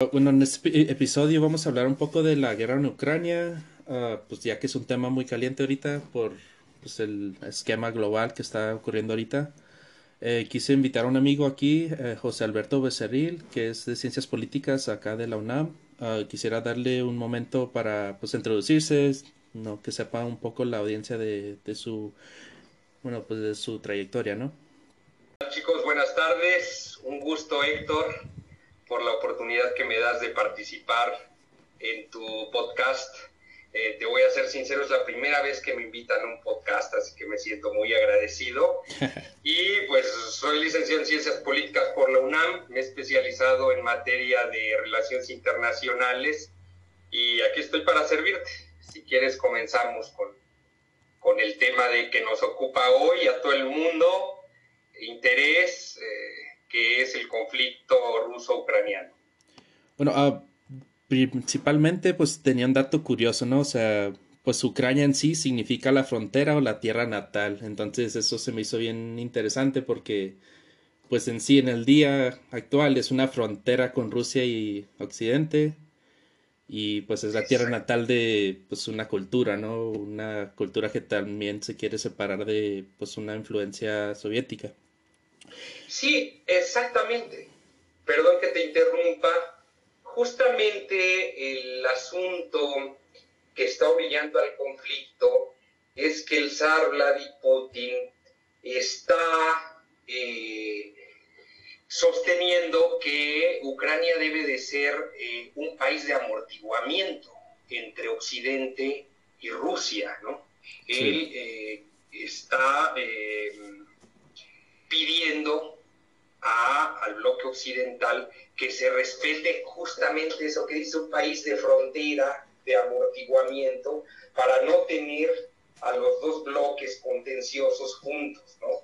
Bueno, en este episodio vamos a hablar un poco de la guerra en Ucrania, pues ya que es un tema muy caliente ahorita por pues, el esquema global que está ocurriendo ahorita. Quise invitar a un amigo aquí, José Alberto Becerril, que es de Ciencias Políticas acá de la UNAM. Quisiera darle un momento para pues introducirse, no, que sepa un poco la audiencia de su, bueno, pues de su trayectoria, ¿no? Chicos, buenas tardes. Un gusto, Héctor, por la oportunidad que me das de participar en tu podcast. Te voy a ser sincero, es la primera vez que me invitan a un podcast, así que me siento muy agradecido. Y pues soy licenciado en Ciencias Políticas por la UNAM, me he especializado en materia de relaciones internacionales y aquí estoy para servirte. Si quieres comenzamos con el tema de que nos ocupa hoy a todo el mundo, interés, que es el conflicto ruso-ucraniano. Bueno, principalmente pues tenía un dato curioso, ¿no? O sea, pues Ucrania en sí significa la frontera o la tierra natal. Entonces eso se me hizo bien interesante porque pues en sí en el día actual es una frontera con Rusia y Occidente y pues es la tierra Exacto. natal de pues una cultura, ¿no? Una cultura que también se quiere separar de pues una influencia soviética. Sí, exactamente. Perdón que te interrumpa. Justamente el asunto que está orillando al conflicto es que el zar Vladimir Putin está sosteniendo que Ucrania debe de ser un país de amortiguamiento entre Occidente y Rusia, ¿no? Sí. Él está pidiendo al bloque occidental que se respete justamente eso que dice un país de frontera, de amortiguamiento, para no tener a los dos bloques contenciosos juntos, ¿no?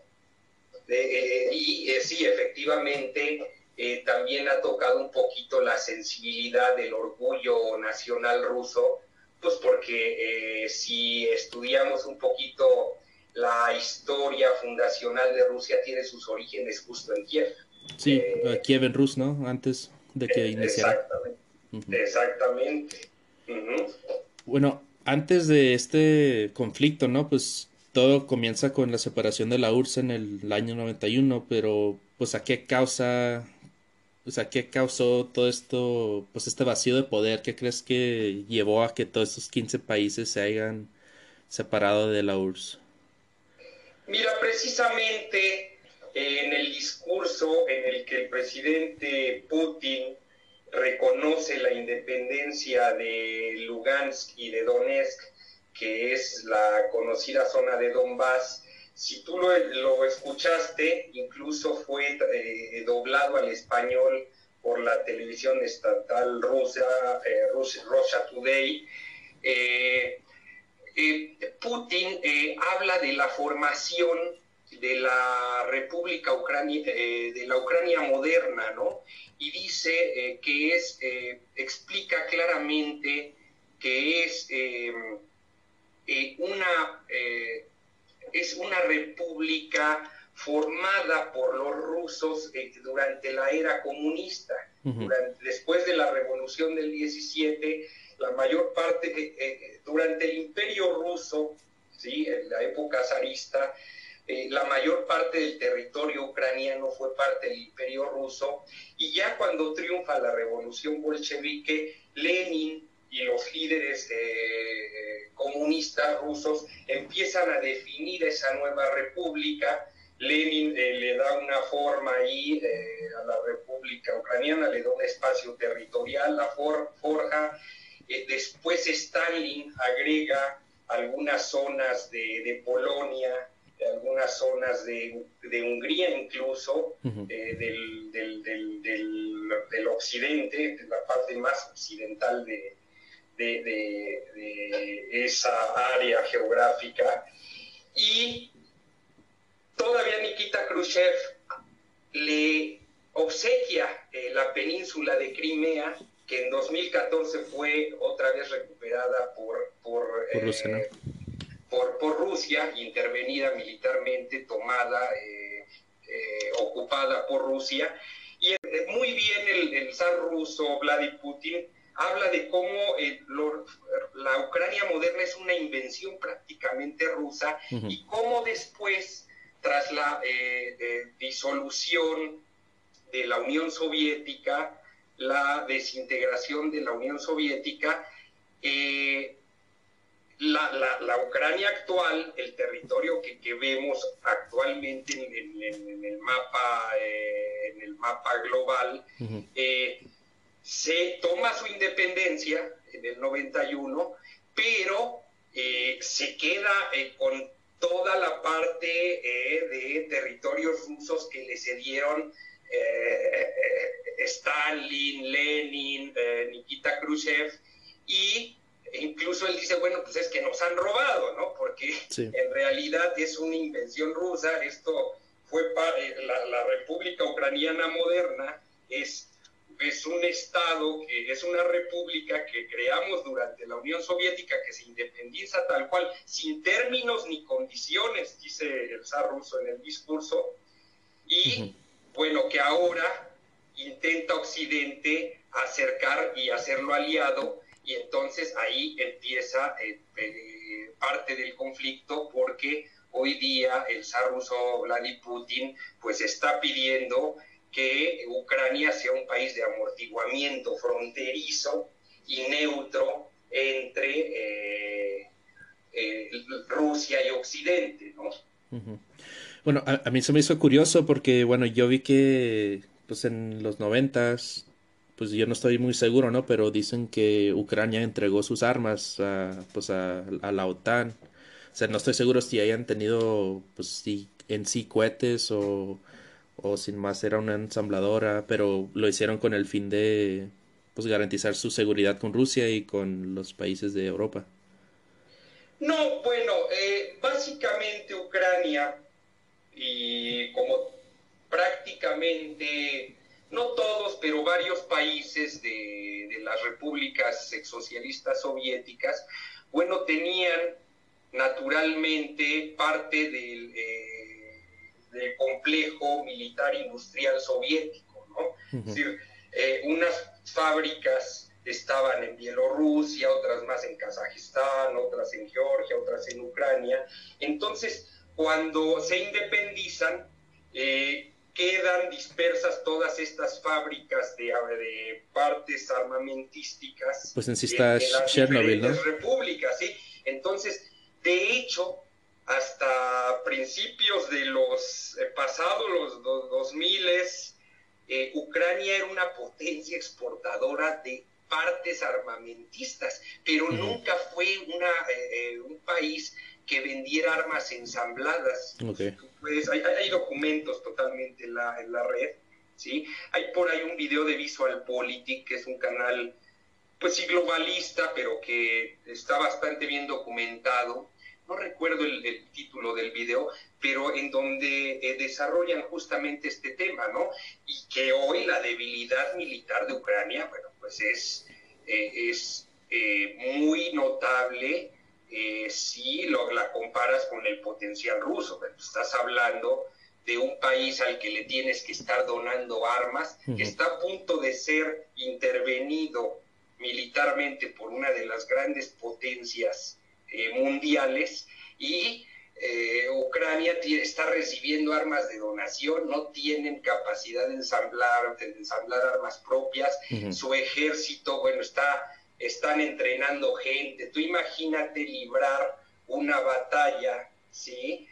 Sí, efectivamente, también ha tocado un poquito la sensibilidad del orgullo nacional ruso, pues porque si estudiamos un poquito la historia fundacional de Rusia, tiene sus orígenes justo en Kiev. Sí, Eh, Kiev en Rus, ¿no? Antes de que iniciara. Exactamente, Ujú. exactamente. Uh-huh. Bueno, antes de este conflicto, ¿no? Pues todo comienza con la separación de la URSS en el año 91, pero pues ¿a qué causa, pues a qué causó todo esto, pues este vacío de poder? ¿Qué crees que llevó a que todos estos 15 países se hayan separado de la URSS? Mira, precisamente en el discurso en el que el presidente Putin reconoce la independencia de Lugansk y de Donetsk, que es la conocida zona de Donbass, si tú lo escuchaste, incluso fue doblado al español por la televisión estatal rusa, Russia Today. eh, Putin habla de la formación de la República Ucrania, de la Ucrania moderna, ¿no? Y dice explica claramente que eh, una, eh, es una república formada por los rusos durante la era comunista. Ujú. Después de la revolución del 17, la mayor parte, durante el imperio ruso, ¿sí? En la época zarista, la mayor parte del territorio ucraniano fue parte del imperio ruso, y ya cuando triunfa la revolución bolchevique, Lenin y los líderes comunistas rusos empiezan a definir esa nueva república. Lenin le da una forma ahí a la república ucraniana, le da un espacio territorial, la forja. Después Stalin agrega algunas zonas de Polonia, algunas zonas de Hungría incluso, Ujú. del occidente, de la parte más occidental de esa área geográfica. Y todavía Nikita Khrushchev le obsequia la península de Crimea, que en 2014 fue otra vez recuperada Por Rusia, ¿no? por Rusia, intervenida militarmente, tomada, ocupada por Rusia. Muy bien el zar ruso Vladimir Putin habla de cómo la Ucrania moderna es una invención prácticamente rusa y cómo después, tras la disolución de la Unión Soviética, la desintegración de la Unión Soviética, la Ucrania actual, el territorio que vemos actualmente en el mapa global, se toma su independencia en el 91, pero se queda con toda la parte de territorios rusos que le cedieron Stalin, Lenin, Nikita Khrushchev, y incluso él dice, bueno, pues es que nos han robado, ¿no? Porque en realidad es una invención rusa. Esto fue la República Ucraniana moderna, es un estado, que es una república que creamos durante la Unión Soviética, que se independiza tal cual, sin términos ni condiciones, dice el zar ruso en el discurso, y bueno, que ahora intenta Occidente acercar y hacerlo aliado, y entonces ahí empieza parte del conflicto, porque hoy día el zar ruso Vladimir Putin pues está pidiendo que Ucrania sea un país de amortiguamiento fronterizo y neutro entre Rusia y Occidente, ¿no? Bueno, a mí se me hizo curioso porque, bueno, yo vi que pues en los 90s, pues yo no estoy muy seguro, ¿no? Pero dicen que Ucrania entregó sus armas a la OTAN. O sea, no estoy seguro si hayan tenido, pues sí, en sí cohetes o sin más era una ensambladora, pero lo hicieron con el fin de, pues, garantizar su seguridad con Rusia y con los países de Europa. No, bueno, básicamente Ucrania, y como prácticamente, no todos, pero varios países de las repúblicas exsocialistas soviéticas, bueno, tenían naturalmente parte del complejo militar industrial soviético, ¿no? Es decir, unas fábricas estaban en Bielorrusia, otras más en Kazajistán, otras en Georgia, otras en Ucrania. Entonces, cuando se independizan, quedan dispersas todas estas fábricas de partes armamentísticas pues en sí está en las Chernobyl, ¿no? diferentes repúblicas, ¿sí? Entonces, de hecho, hasta principios de los pasados, los 2000, Ucrania era una potencia exportadora de partes armamentistas, pero nunca fue un país que vendiera armas ensambladas. Okay. Pues hay documentos totalmente en la red, ¿sí? Hay por ahí un video de VisualPolitik, que es un canal, pues sí, globalista, pero que está bastante bien documentado. No recuerdo el título del video, pero en donde desarrollan justamente este tema, ¿no? Y que hoy la debilidad militar de Ucrania, bueno, pues es muy notable si la comparas con el potencial ruso. Estás hablando de un país al que le tienes que estar donando armas, que está a punto de ser intervenido militarmente por una de las grandes potencias mundiales, y Ucrania está recibiendo armas de donación, no tienen capacidad de ensamblar armas propias. Su ejército, bueno, están entrenando gente. Tú imagínate librar una batalla, ¿sí?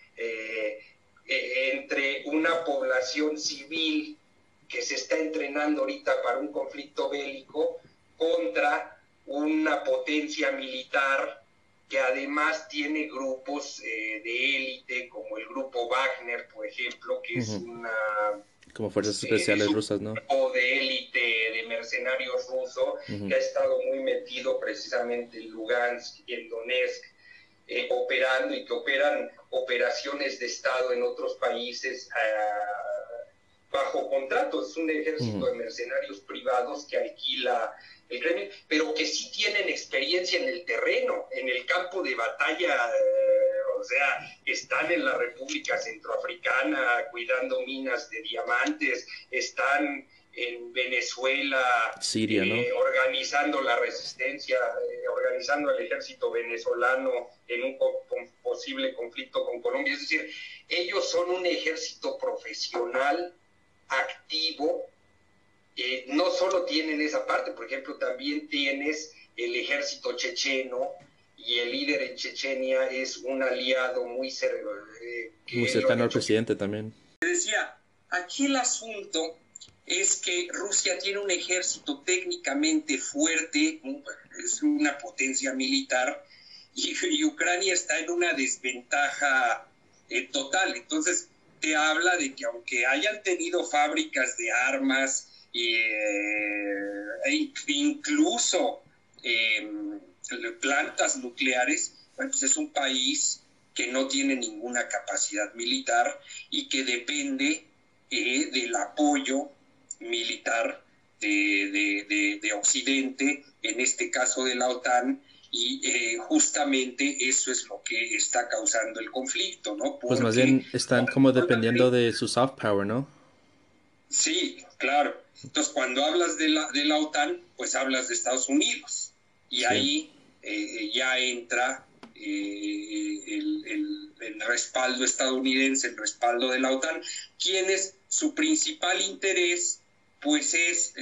Entre una población civil que se está entrenando ahorita para un conflicto bélico contra una potencia militar que además tiene grupos de élite, como el grupo Wagner, por ejemplo, que es una... como fuerzas especiales rusas, ¿no? Un grupo de élite de mercenarios rusos que ha estado muy metido precisamente en Lugansk y en Donetsk, operando, y que operan operaciones de Estado en otros países bajo contratos. Es un ejército de mercenarios privados que alquila el Kremlin, pero que sí tienen experiencia en el terreno, en el campo de batalla. O sea, están en la República Centroafricana cuidando minas de diamantes, están en Venezuela, Siria, ¿no? organizando la resistencia, organizando al ejército venezolano en un posible conflicto con Colombia. Es decir, ellos son un ejército profesional, activo. No solo tienen esa parte, por ejemplo, también tienes el ejército checheno, y el líder en Chechenia es un aliado muy cercano al presidente también. Decía, aquí el asunto es que Rusia tiene un ejército técnicamente fuerte, es una potencia militar, y Ucrania está en una desventaja total. Entonces, te habla de que aunque hayan tenido fábricas de armas, e incluso plantas nucleares, bueno, pues es un país que no tiene ninguna capacidad militar y que depende del apoyo militar de Occidente, en este caso de la OTAN, y justamente eso es lo que está causando el conflicto, ¿no? Porque, pues más bien están como dependiendo de su soft power, ¿no? Sí, claro. Entonces, cuando hablas de la OTAN, pues hablas de Estados Unidos. Y sí, ahí ya entra el respaldo estadounidense, el respaldo de la OTAN, quienes su principal interés pues es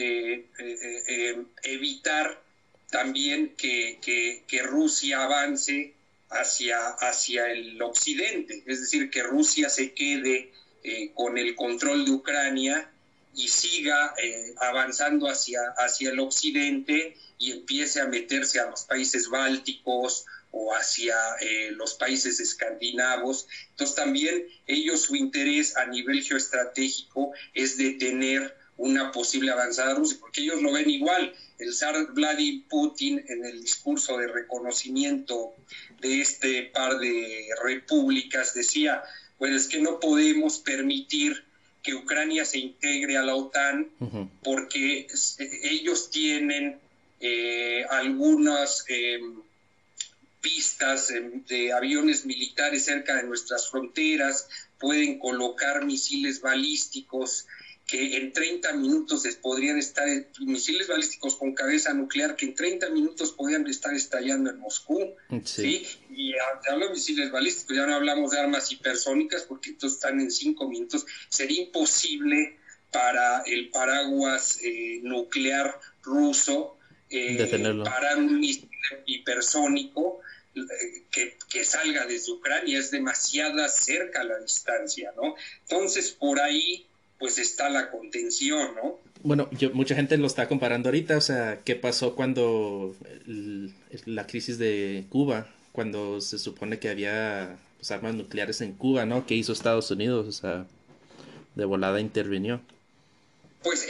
evitar también que Rusia avance hacia el occidente, es decir, que Rusia se quede con el control de Ucrania y siga avanzando hacia el occidente y empiece a meterse a los países bálticos o hacia los países escandinavos. Entonces también ellos, su interés a nivel geoestratégico es detener una posible avanzada Rusia, porque ellos lo ven igual. El zar Vladimir Putin, en el discurso de reconocimiento de este par de repúblicas, decía, pues es que no podemos permitir que Ucrania se integre a la OTAN porque ellos tienen algunas pistas de aviones militares cerca de nuestras fronteras, pueden colocar misiles balísticos que en 30 minutos podrían estar, misiles balísticos con cabeza nuclear que en 30 minutos podrían estar estallando en Moscú, ¿sí? Y te hablo de misiles balísticos, ya no hablamos de armas hipersónicas porque estos están en 5 minutos. Sería imposible para el paraguas nuclear ruso parar un misil hipersónico que salga desde Ucrania, es demasiada cerca la distancia, ¿no? Entonces, por ahí pues está la contención, ¿no? Bueno, mucha gente lo está comparando ahorita, o sea, ¿qué pasó cuando la crisis de Cuba, cuando se supone que había pues, armas nucleares en Cuba, ¿no? ¿Qué hizo Estados Unidos? O sea, de volada intervinió. Pues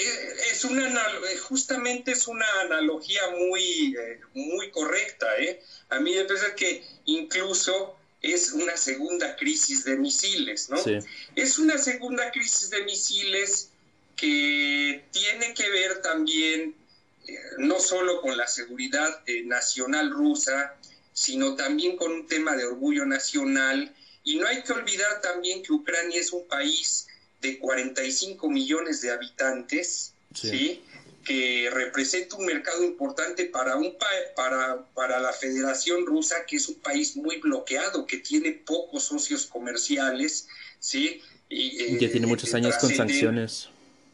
justamente es una analogía muy correcta, ¿eh? A mí me parece que incluso es una segunda crisis de misiles, ¿no? Sí. Es una segunda crisis de misiles que tiene que ver también no solo con la seguridad nacional rusa, sino también con un tema de orgullo nacional. Y no hay que olvidar también que Ucrania es un país de 45 millones de habitantes, ¿sí? Que representa un mercado importante para la Federación Rusa, que es un país muy bloqueado, que tiene pocos socios comerciales, ¿sí? Y que tiene muchos años con sanciones.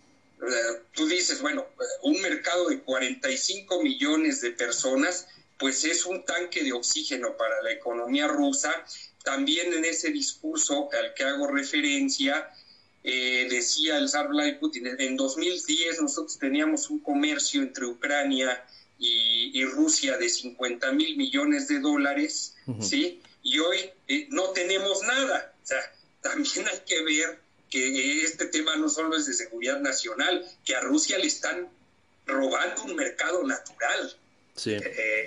Tú dices, bueno, un mercado de 45 millones de personas, pues es un tanque de oxígeno para la economía rusa. También en ese discurso al que hago referencia, decía el zar Vladimir Putin, en 2010 nosotros teníamos un comercio entre Ucrania y Rusia de 50 mil millones de dólares, ¿sí? Y hoy no tenemos nada. O sea, también hay que ver que este tema no solo es de seguridad nacional, que a Rusia le están robando un mercado natural. Sí.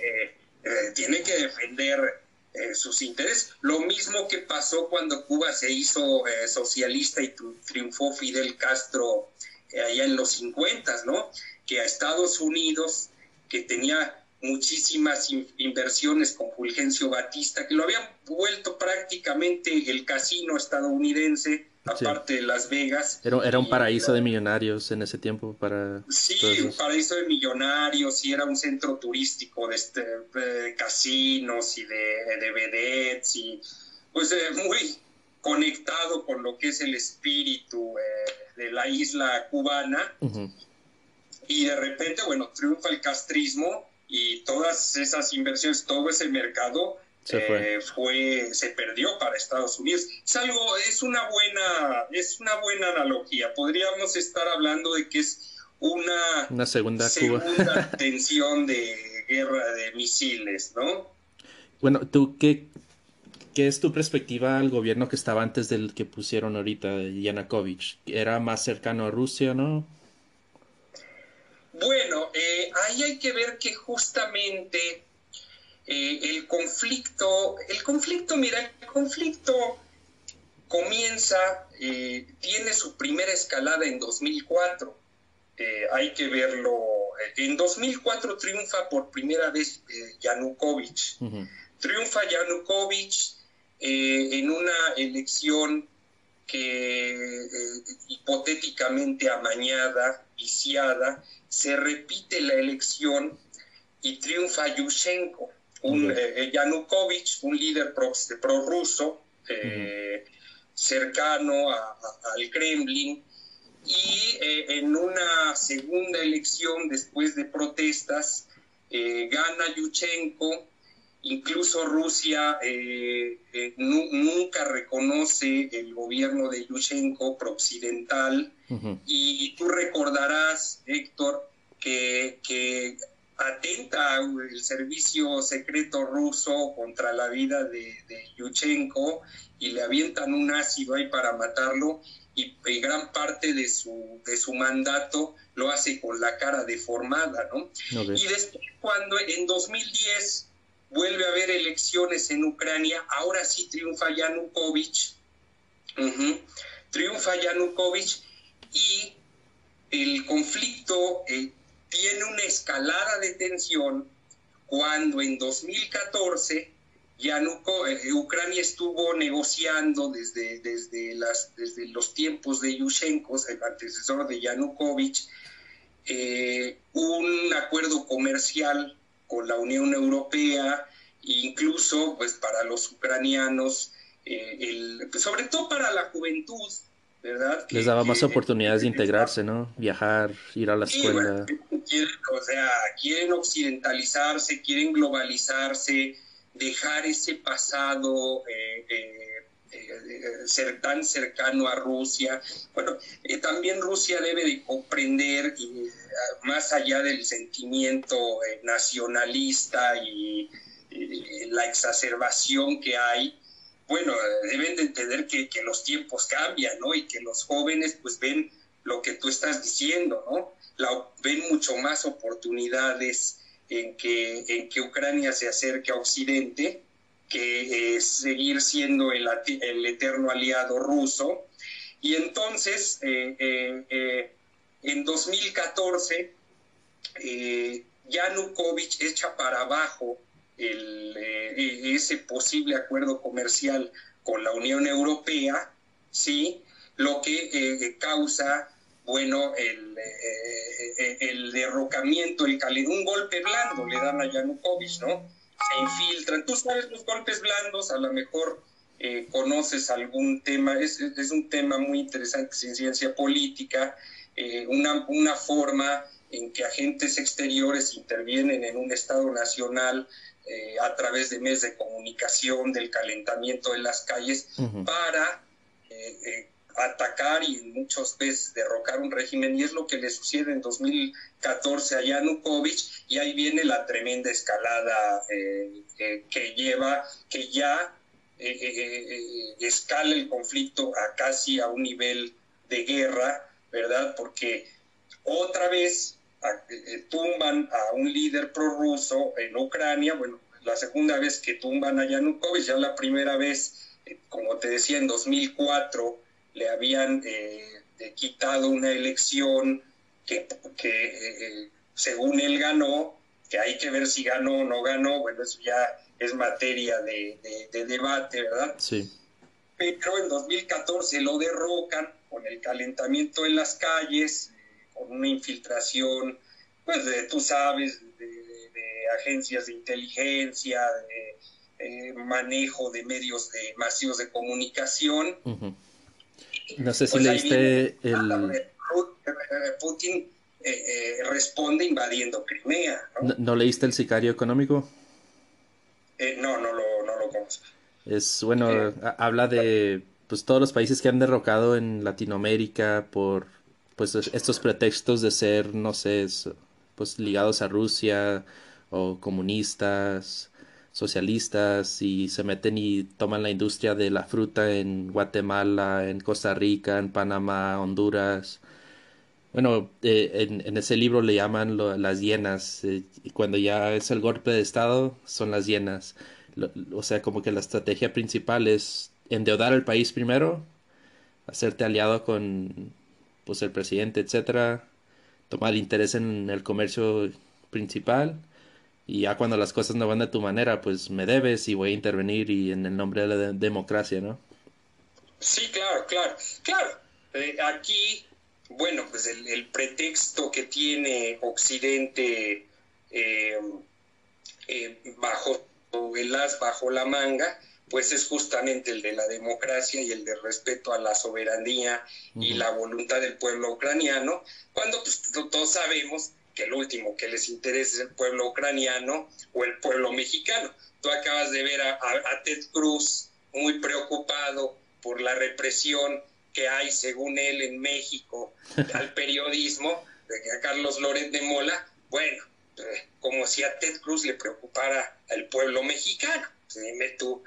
Tiene que defender sus intereses. Lo mismo que pasó cuando Cuba se hizo socialista y triunfó Fidel Castro allá en los 50, ¿no? Que a Estados Unidos, que tenía muchísimas inversiones con Fulgencio Batista, que lo habían vuelto prácticamente el casino estadounidense, Sí. aparte de Las Vegas. Era un paraíso de millonarios en ese tiempo para todos Sí, un esos. paraíso de millonarios, y era un centro turístico de casinos y de vedettes, y pues muy conectado con lo que es el espíritu de la isla cubana. Ujú. Y de repente, bueno, triunfa el castrismo y todas esas inversiones, todo ese mercado Se fue. se perdió para Estados Unidos. Es una buena analogía. Podríamos estar hablando de que es una Una segunda Cuba. segunda tensión de guerra de misiles, ¿no? Bueno, ¿qué es tu perspectiva al gobierno que estaba antes del que pusieron ahorita, de Yanukovych? Era más cercano a Rusia, ¿no? Bueno, ahí hay que ver que justamente mira, el conflicto comienza, tiene su primera escalada en 2004. Hay que verlo. En 2004 triunfa por primera vez Yanukovych. Ujú. Triunfa Yanukovych en una elección que hipotéticamente amañada, viciada. Se repite la elección y triunfa Yushchenko, Okay. Yanukovych, un líder prorruso, Ujú. cercano al Kremlin, y en una segunda elección después de protestas gana Yushchenko. Incluso Rusia nunca reconoce el gobierno de Yushchenko prooccidental. Ujú. Y tú recordarás, Héctor, que atenta el servicio secreto ruso contra la vida de Yushchenko, y le avientan un ácido ahí para matarlo, y gran parte de su mandato lo hace con la cara deformada, ¿no? Okay. Y después, cuando en 2010 vuelve a haber elecciones en Ucrania, ahora sí triunfa Yanukovych. Triunfa Yanukovych, y el conflicto tiene una escalada de tensión cuando en 2014 Ucrania estuvo negociando desde los tiempos de Yushchenko, el antecesor de Yanukovych, un acuerdo comercial con la Unión Europea, incluso pues para los ucranianos, sobre todo para la juventud, ¿verdad? Les daba más oportunidades de integrarse, ¿no? Viajar, ir a la Sí, bueno, escuela. quieren occidentalizarse, quieren globalizarse, dejar ese pasado ser tan cercano a Rusia. Bueno, también Rusia debe de comprender, más allá del sentimiento nacionalista y la exacerbación que hay, bueno, deben de entender que los tiempos cambian, ¿no? Y que los jóvenes pues ven lo que tú estás diciendo, ¿no? Ven mucho más oportunidades en que Ucrania se acerque a Occidente, que seguir siendo el eterno aliado ruso. Y entonces, en 2014, Yanukovych echa para abajo ese posible acuerdo comercial con la Unión Europea, ¿sí? Lo que causa, bueno, el derrocamiento, un golpe blando le dan a Yanukovych, ¿no? Se infiltran. Tú sabes, los golpes blandos, a lo mejor conoces algún tema, es un tema muy interesante en ciencia política, una forma en que agentes exteriores intervienen en un Estado nacional a través de medios de comunicación, del calentamiento de las calles, Ujú. para atacar y muchas veces derrocar un régimen, y es lo que le sucede en 2014 a Yanukovych, y ahí viene la tremenda escalada que ya escala el conflicto a casi a un nivel de guerra, ¿verdad? Porque otra vez tumban a un líder prorruso en Ucrania. Bueno, la segunda vez que tumban a Yanukovych. Ya la primera vez, como te decía, en 2004 le habían quitado una elección que según él ganó, que hay que ver si ganó o no ganó. Bueno, eso ya es materia de debate, ¿verdad? Sí. pero en 2014 lo derrocan con el calentamiento en las calles, con una infiltración, pues tú sabes, de agencias de inteligencia, de manejo de medios masivos de comunicación. Uh-huh. No sé si pues leíste el... Putin responde invadiendo Crimea, ¿no? ¿No leíste El Sicario Económico? No lo conozco. Es, bueno, habla de pues todos los países que han derrocado en Latinoamérica por pues estos pretextos de ser, no sé, pues ligados a Rusia o comunistas, socialistas y se meten y toman la industria de la fruta en Guatemala, en Costa Rica, en Panamá, Honduras. Bueno, en ese libro le llaman las hienas, y cuando ya es el golpe de estado son las hienas. O sea, como que la estrategia principal es endeudar al país primero, hacerte aliado con pues el presidente, etcétera, tomar interés en el comercio principal y ya cuando las cosas no van de tu manera, pues me debes y voy a intervenir y en el nombre de la democracia, ¿no? Sí, claro. Aquí, bueno, pues el pretexto que tiene Occidente eh, bajo la manga, pues es justamente el de la democracia y el de respeto a la soberanía y la voluntad del pueblo ucraniano, cuando pues, todos sabemos que el último que les interesa es el pueblo ucraniano o el pueblo mexicano. Tú acabas de ver a Ted Cruz muy preocupado por la represión que hay, según él, en México al periodismo, a Carlos Loret de Mola. Bueno, como si a Ted Cruz le preocupara al pueblo mexicano. Dime tú,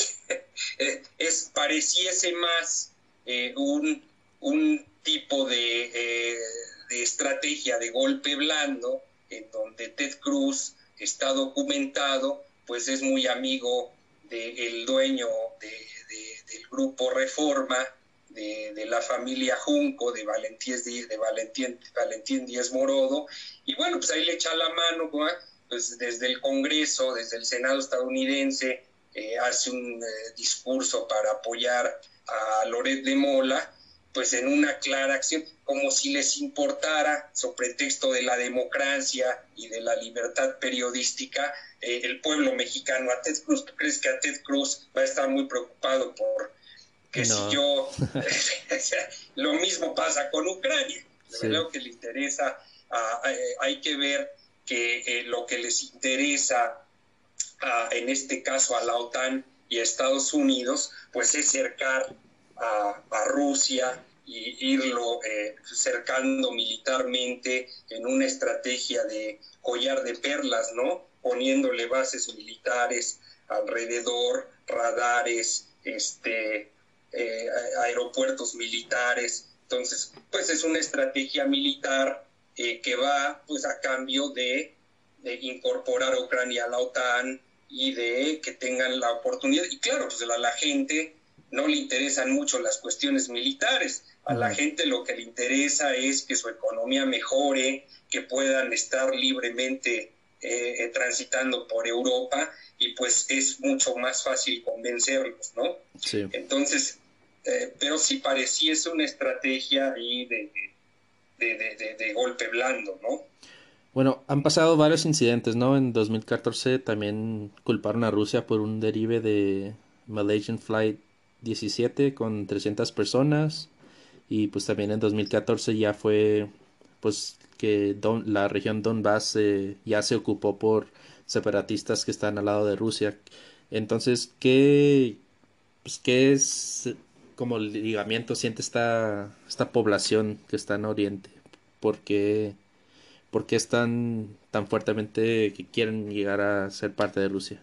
pareciese más un tipo de estrategia de golpe blando, en donde Ted Cruz está documentado, pues es muy amigo del dueño del grupo Reforma, de la familia Junco, de Valentín Díaz Morodo, y bueno, pues ahí le echa la mano, ¿no? Pues desde el Congreso, desde el Senado estadounidense, hace un discurso para apoyar a Loret de Mola, pues en una clara acción, como si les importara, sobre pretexto de la democracia y de la libertad periodística, el pueblo mexicano a Ted Cruz. ¿Tú crees que a Ted Cruz va a estar muy preocupado por que no. Si yo... lo mismo pasa con Ucrania. Sí. Lo que le interesa, hay que ver que lo que les interesa, en este caso a la OTAN y a Estados Unidos, pues es cercar a Rusia y irlo cercando militarmente en una estrategia de collar de perlas, ¿no? Poniéndole bases militares alrededor, radares, aeropuertos militares. Entonces, pues es una estrategia militar que va pues a cambio de incorporar a Ucrania a la OTAN y de que tengan la oportunidad. Y claro, pues a la gente no le interesan mucho las cuestiones militares. A la gente lo que le interesa es que su economía mejore, que puedan estar libremente transitando por Europa, y pues es mucho más fácil convencerlos, ¿no? Sí. Entonces, pero sí pareciese una estrategia ahí de golpe blando, ¿no? Bueno, han pasado varios incidentes, ¿no? En 2014 también culparon a Rusia por un derive de Malaysian Flight 17 con 300 personas. Y pues también en 2014 ya fue pues que la región Donbass ya se ocupó por separatistas que están al lado de Rusia. Entonces, ¿qué es como ligamiento siente esta población que está en Oriente? ¿Por qué están tan fuertemente que quieren llegar a ser parte de Rusia?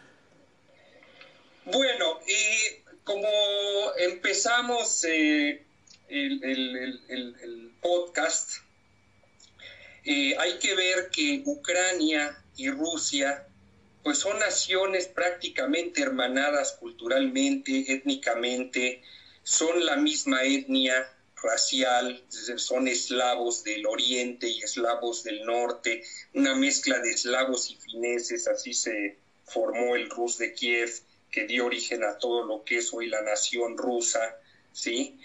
Bueno, como empezamos el podcast, hay que ver que Ucrania y Rusia pues son naciones prácticamente hermanadas culturalmente, étnicamente, son la misma etnia racial, son eslavos del oriente y eslavos del norte, una mezcla de eslavos y fineses, así se formó el Rus de Kiev que dio origen a todo lo que es hoy la nación rusa, ¿sí?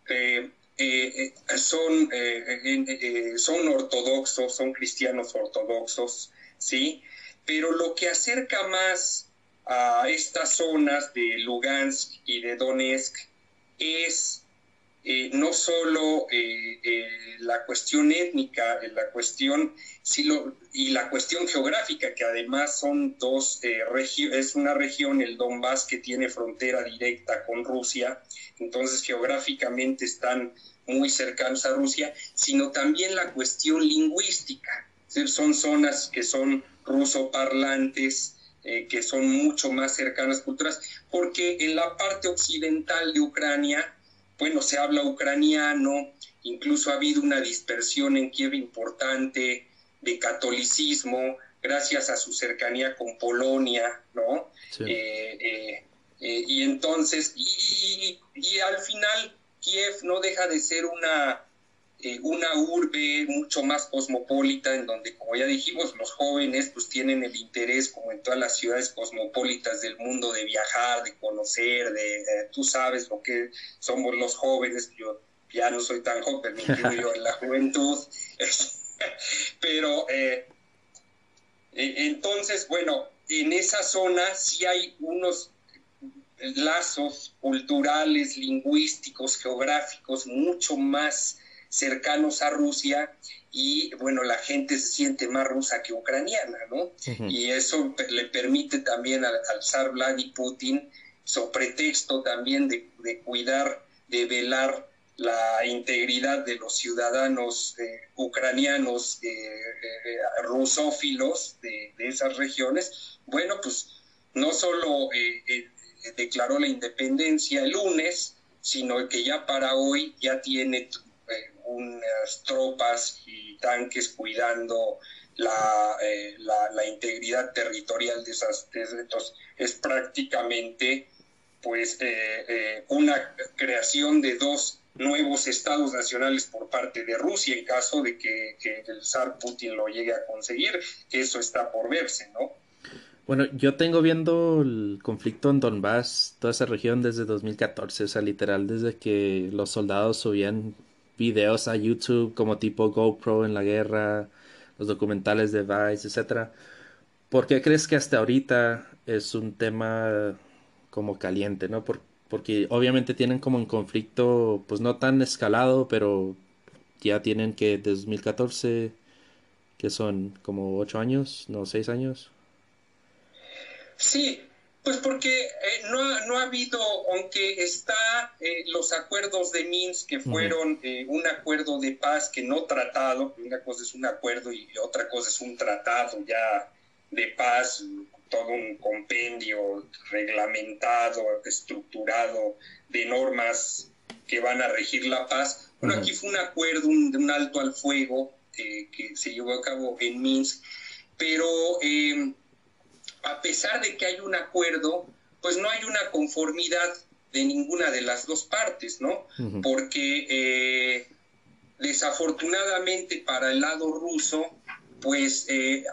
Son ortodoxos, son cristianos ortodoxos, ¿sí? Pero lo que acerca más a estas zonas de Lugansk y de Donetsk es no solo la cuestión étnica, y la cuestión geográfica, que además son es una región, el Donbass, que tiene frontera directa con Rusia, entonces geográficamente están muy cercanos a Rusia, sino también la cuestión lingüística. Es decir, son zonas que son rusoparlantes, que son mucho más cercanas culturas, porque en la parte occidental de Ucrania, bueno, se habla ucraniano, incluso ha habido una dispersión en Kiev importante de catolicismo, gracias a su cercanía con Polonia, ¿no? Sí. Y entonces, y al final, Kiev no deja de ser una urbe mucho más cosmopolita, en donde, como ya dijimos, los jóvenes pues tienen el interés, como en todas las ciudades cosmopolitas del mundo, de viajar, de conocer, tú sabes lo que somos los jóvenes. Yo ya no soy tan joven, me incluyo en la juventud, pero entonces, bueno, en esa zona sí hay unos lazos culturales, lingüísticos, geográficos mucho más cercanos a Rusia, y bueno, la gente se siente más rusa que ucraniana, ¿no? Uh-huh. Y eso le permite también al zar Vladimir Putin, sobre pretexto también de cuidar, de velar la integridad de los ciudadanos ucranianos, rusófilos de esas regiones. Bueno, pues no solo declaró la independencia el lunes, sino que ya para hoy ya tiene unas tropas y tanques cuidando la integridad territorial de esas. Entonces es prácticamente pues una creación de dos nuevos estados nacionales por parte de Rusia, en caso de que el zar Putin lo llegue a conseguir, que eso está por verse, ¿no? Bueno, yo tengo viendo el conflicto en Donbass, toda esa región, desde 2014, o sea, literal, desde que los soldados subían videos a YouTube como tipo GoPro en la guerra, los documentales de Vice, etcétera. ¿Por qué crees que hasta ahorita es un tema como caliente, no? Porque obviamente tienen como un conflicto, pues no tan escalado, pero ya tienen que desde 2014, que son como 8 años, no, 6 años. Sí, pues porque no ha habido, aunque está los acuerdos de Minsk, que fueron un acuerdo de paz que no tratado. Una cosa es un acuerdo y otra cosa es un tratado ya de paz, todo un compendio reglamentado, estructurado, de normas que van a regir la paz. Bueno, aquí fue un acuerdo de un alto al fuego que se llevó a cabo en Minsk, pero a pesar de que hay un acuerdo, pues no hay una conformidad de ninguna de las dos partes, ¿no? Uh-huh. Porque desafortunadamente para el lado ruso, pues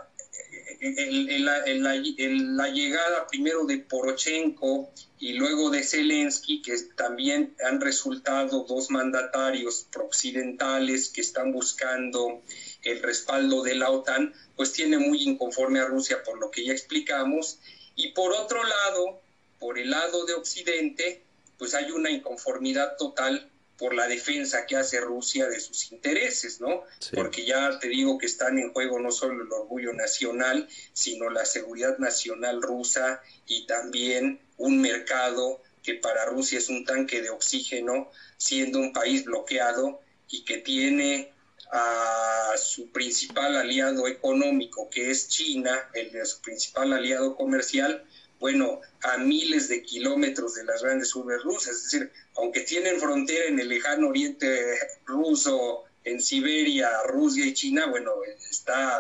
la llegada primero de Poroshenko y luego de Zelensky, que también han resultado dos mandatarios prooccidentales que están buscando el respaldo de la OTAN, pues tiene muy inconforme a Rusia, por lo que ya explicamos. Y por otro lado, por el lado de Occidente, pues hay una inconformidad total por la defensa que hace Rusia de sus intereses, ¿no? Sí. Porque ya te digo que están en juego no solo el orgullo nacional, sino la seguridad nacional rusa, y también un mercado que para Rusia es un tanque de oxígeno, siendo un país bloqueado y que tiene a su principal aliado económico, que es China, su principal aliado comercial, bueno, a miles de kilómetros de las grandes urbes rusas. Es decir, aunque tienen frontera en el lejano oriente ruso, en Siberia, Rusia y China, bueno, está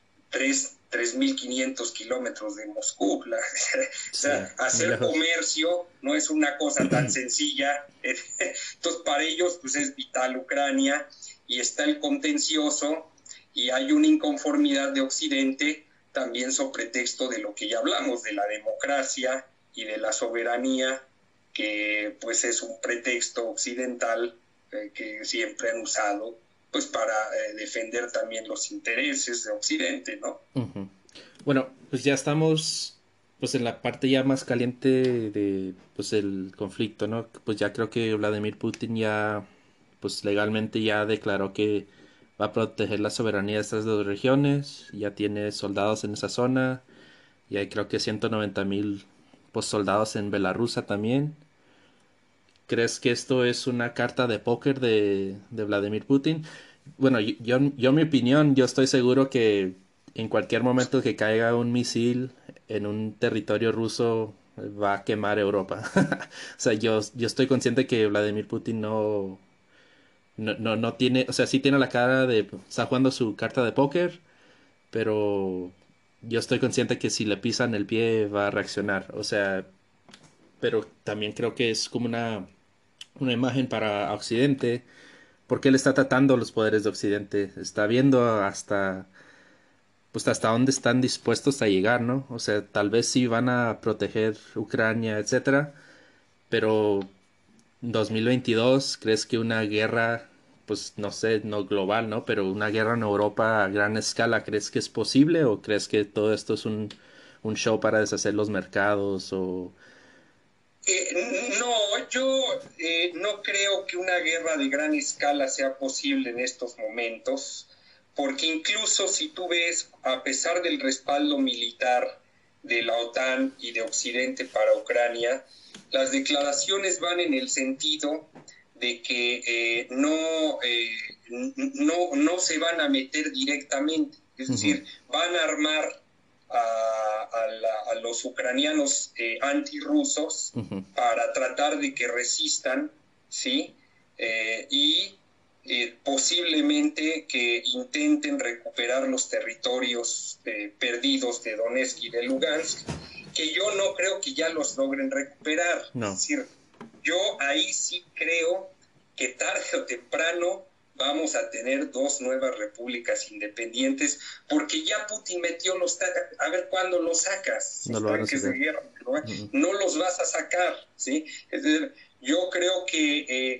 3.500 kilómetros de Moscú. O sea, hacer comercio no es una cosa tan sencilla. Entonces, para ellos, pues es vital Ucrania, y está el contencioso, y hay una inconformidad de Occidente, también sobre pretexto de lo que ya hablamos, de la democracia y de la soberanía, que pues es un pretexto occidental que siempre han usado pues para defender también los intereses de Occidente, ¿no? Ujú. Bueno, pues ya estamos pues en la parte ya más caliente de pues el conflicto, ¿no? Pues ya creo que Vladimir Putin ya pues legalmente ya declaró que va a proteger la soberanía de estas dos regiones, ya tiene soldados en esa zona, y hay creo que 190,000 pues soldados en Bielorrusia también. ¿Crees que esto es una carta de póker de Vladimir Putin? Bueno, yo mi opinión, yo estoy seguro que en cualquier momento que caiga un misil en un territorio ruso va a quemar Europa. O sea, yo estoy consciente que Vladimir Putin no tiene, o sea, sí tiene la cara de, está jugando su carta de póker, pero yo estoy consciente que si le pisan el pie va a reaccionar. O sea, pero también creo que es como una imagen para Occidente, porque él está tratando los poderes de Occidente, está viendo hasta pues hasta dónde están dispuestos a llegar, ¿no? O sea, tal vez sí van a proteger Ucrania, etcétera, pero 2022, ¿crees que una guerra, pues no sé, no global, ¿no? Pero una guerra en Europa a gran escala, ¿crees que es posible o crees que todo esto es un show para deshacer los mercados o... No, yo no creo que una guerra de gran escala sea posible en estos momentos, porque incluso si tú ves, a pesar del respaldo militar de la OTAN y de Occidente para Ucrania, las declaraciones van en el sentido de que no se van a meter directamente, es decir, van a armar a los ucranianos antirrusos para tratar de que resistan, ¿sí? Y posiblemente que intenten recuperar los territorios perdidos de Donetsk y de Lugansk, que yo no creo que ya los logren recuperar. No. Es decir, yo ahí sí creo que tarde o temprano vamos a tener dos nuevas repúblicas independientes, porque ya Putin metió los... A ver cuándo los sacas, no lo van a tanques sacar. de guerra, ¿no? No los vas a sacar, ¿sí? Es decir, yo creo que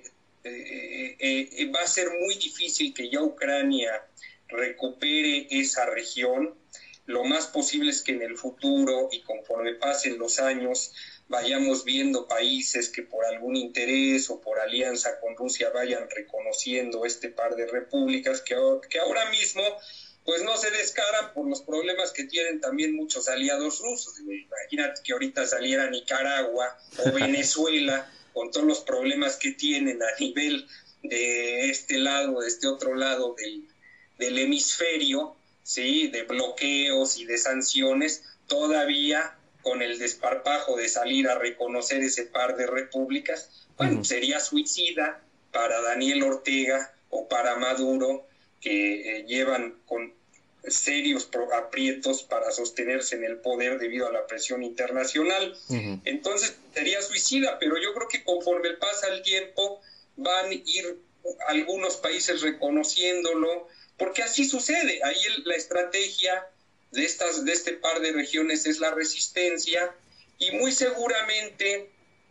va a ser muy difícil que ya Ucrania recupere esa región. Lo más posible es que en el futuro y conforme pasen los años vayamos viendo países que por algún interés o por alianza con Rusia vayan reconociendo este par de repúblicas que ahora mismo pues no se descaran por los problemas que tienen también muchos aliados rusos. Imagínate que ahorita saliera Nicaragua o Venezuela con todos los problemas que tienen a nivel de este lado, de este otro lado del hemisferio, ¿sí? De bloqueos y de sanciones, todavía con el desparpajo de salir a reconocer ese par de repúblicas, bueno, sería suicida para Daniel Ortega o para Maduro, que llevan con serios aprietos para sostenerse en el poder debido a la presión internacional. Entonces sería suicida, pero yo creo que conforme pasa el tiempo van a ir algunos países reconociéndolo, porque así sucede. Ahí la estrategia de este par de regiones es la resistencia, y muy seguramente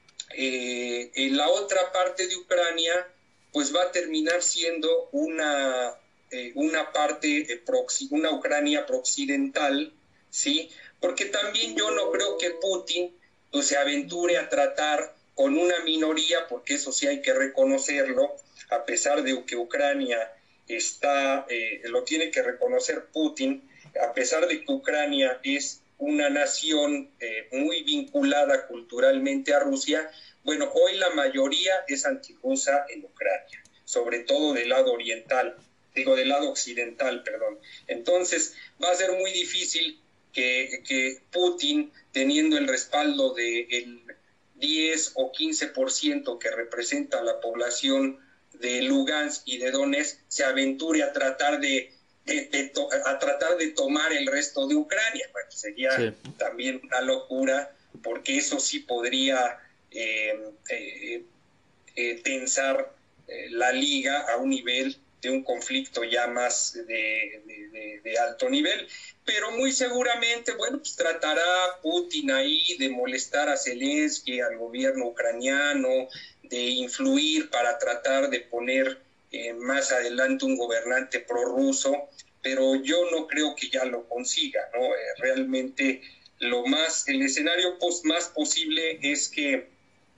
en la otra parte de Ucrania pues va a terminar siendo una parte una Ucrania prooccidental, ¿sí? Porque también yo no creo que Putin pues, se aventure a tratar con una minoría, porque eso sí hay que reconocerlo, a pesar de que Ucrania está, lo tiene que reconocer Putin, a pesar de que Ucrania es una nación muy vinculada culturalmente a Rusia, bueno, hoy la mayoría es antirrusa en Ucrania, sobre todo del lado oriental, del lado occidental, perdón. Entonces va a ser muy difícil que Putin, teniendo el respaldo del 10 o 15% que representa la población de Lugansk y de Donetsk, se aventure a tratar de tomar el resto de Ucrania. Bueno, sería también una locura, porque eso sí podría tensar la liga a un nivel un conflicto ya más de alto nivel, pero muy seguramente, bueno, pues tratará Putin ahí de molestar a Zelensky, al gobierno ucraniano, de influir para tratar de poner más adelante un gobernante prorruso, pero yo no creo que ya lo consiga, ¿no? Realmente el escenario más posible es que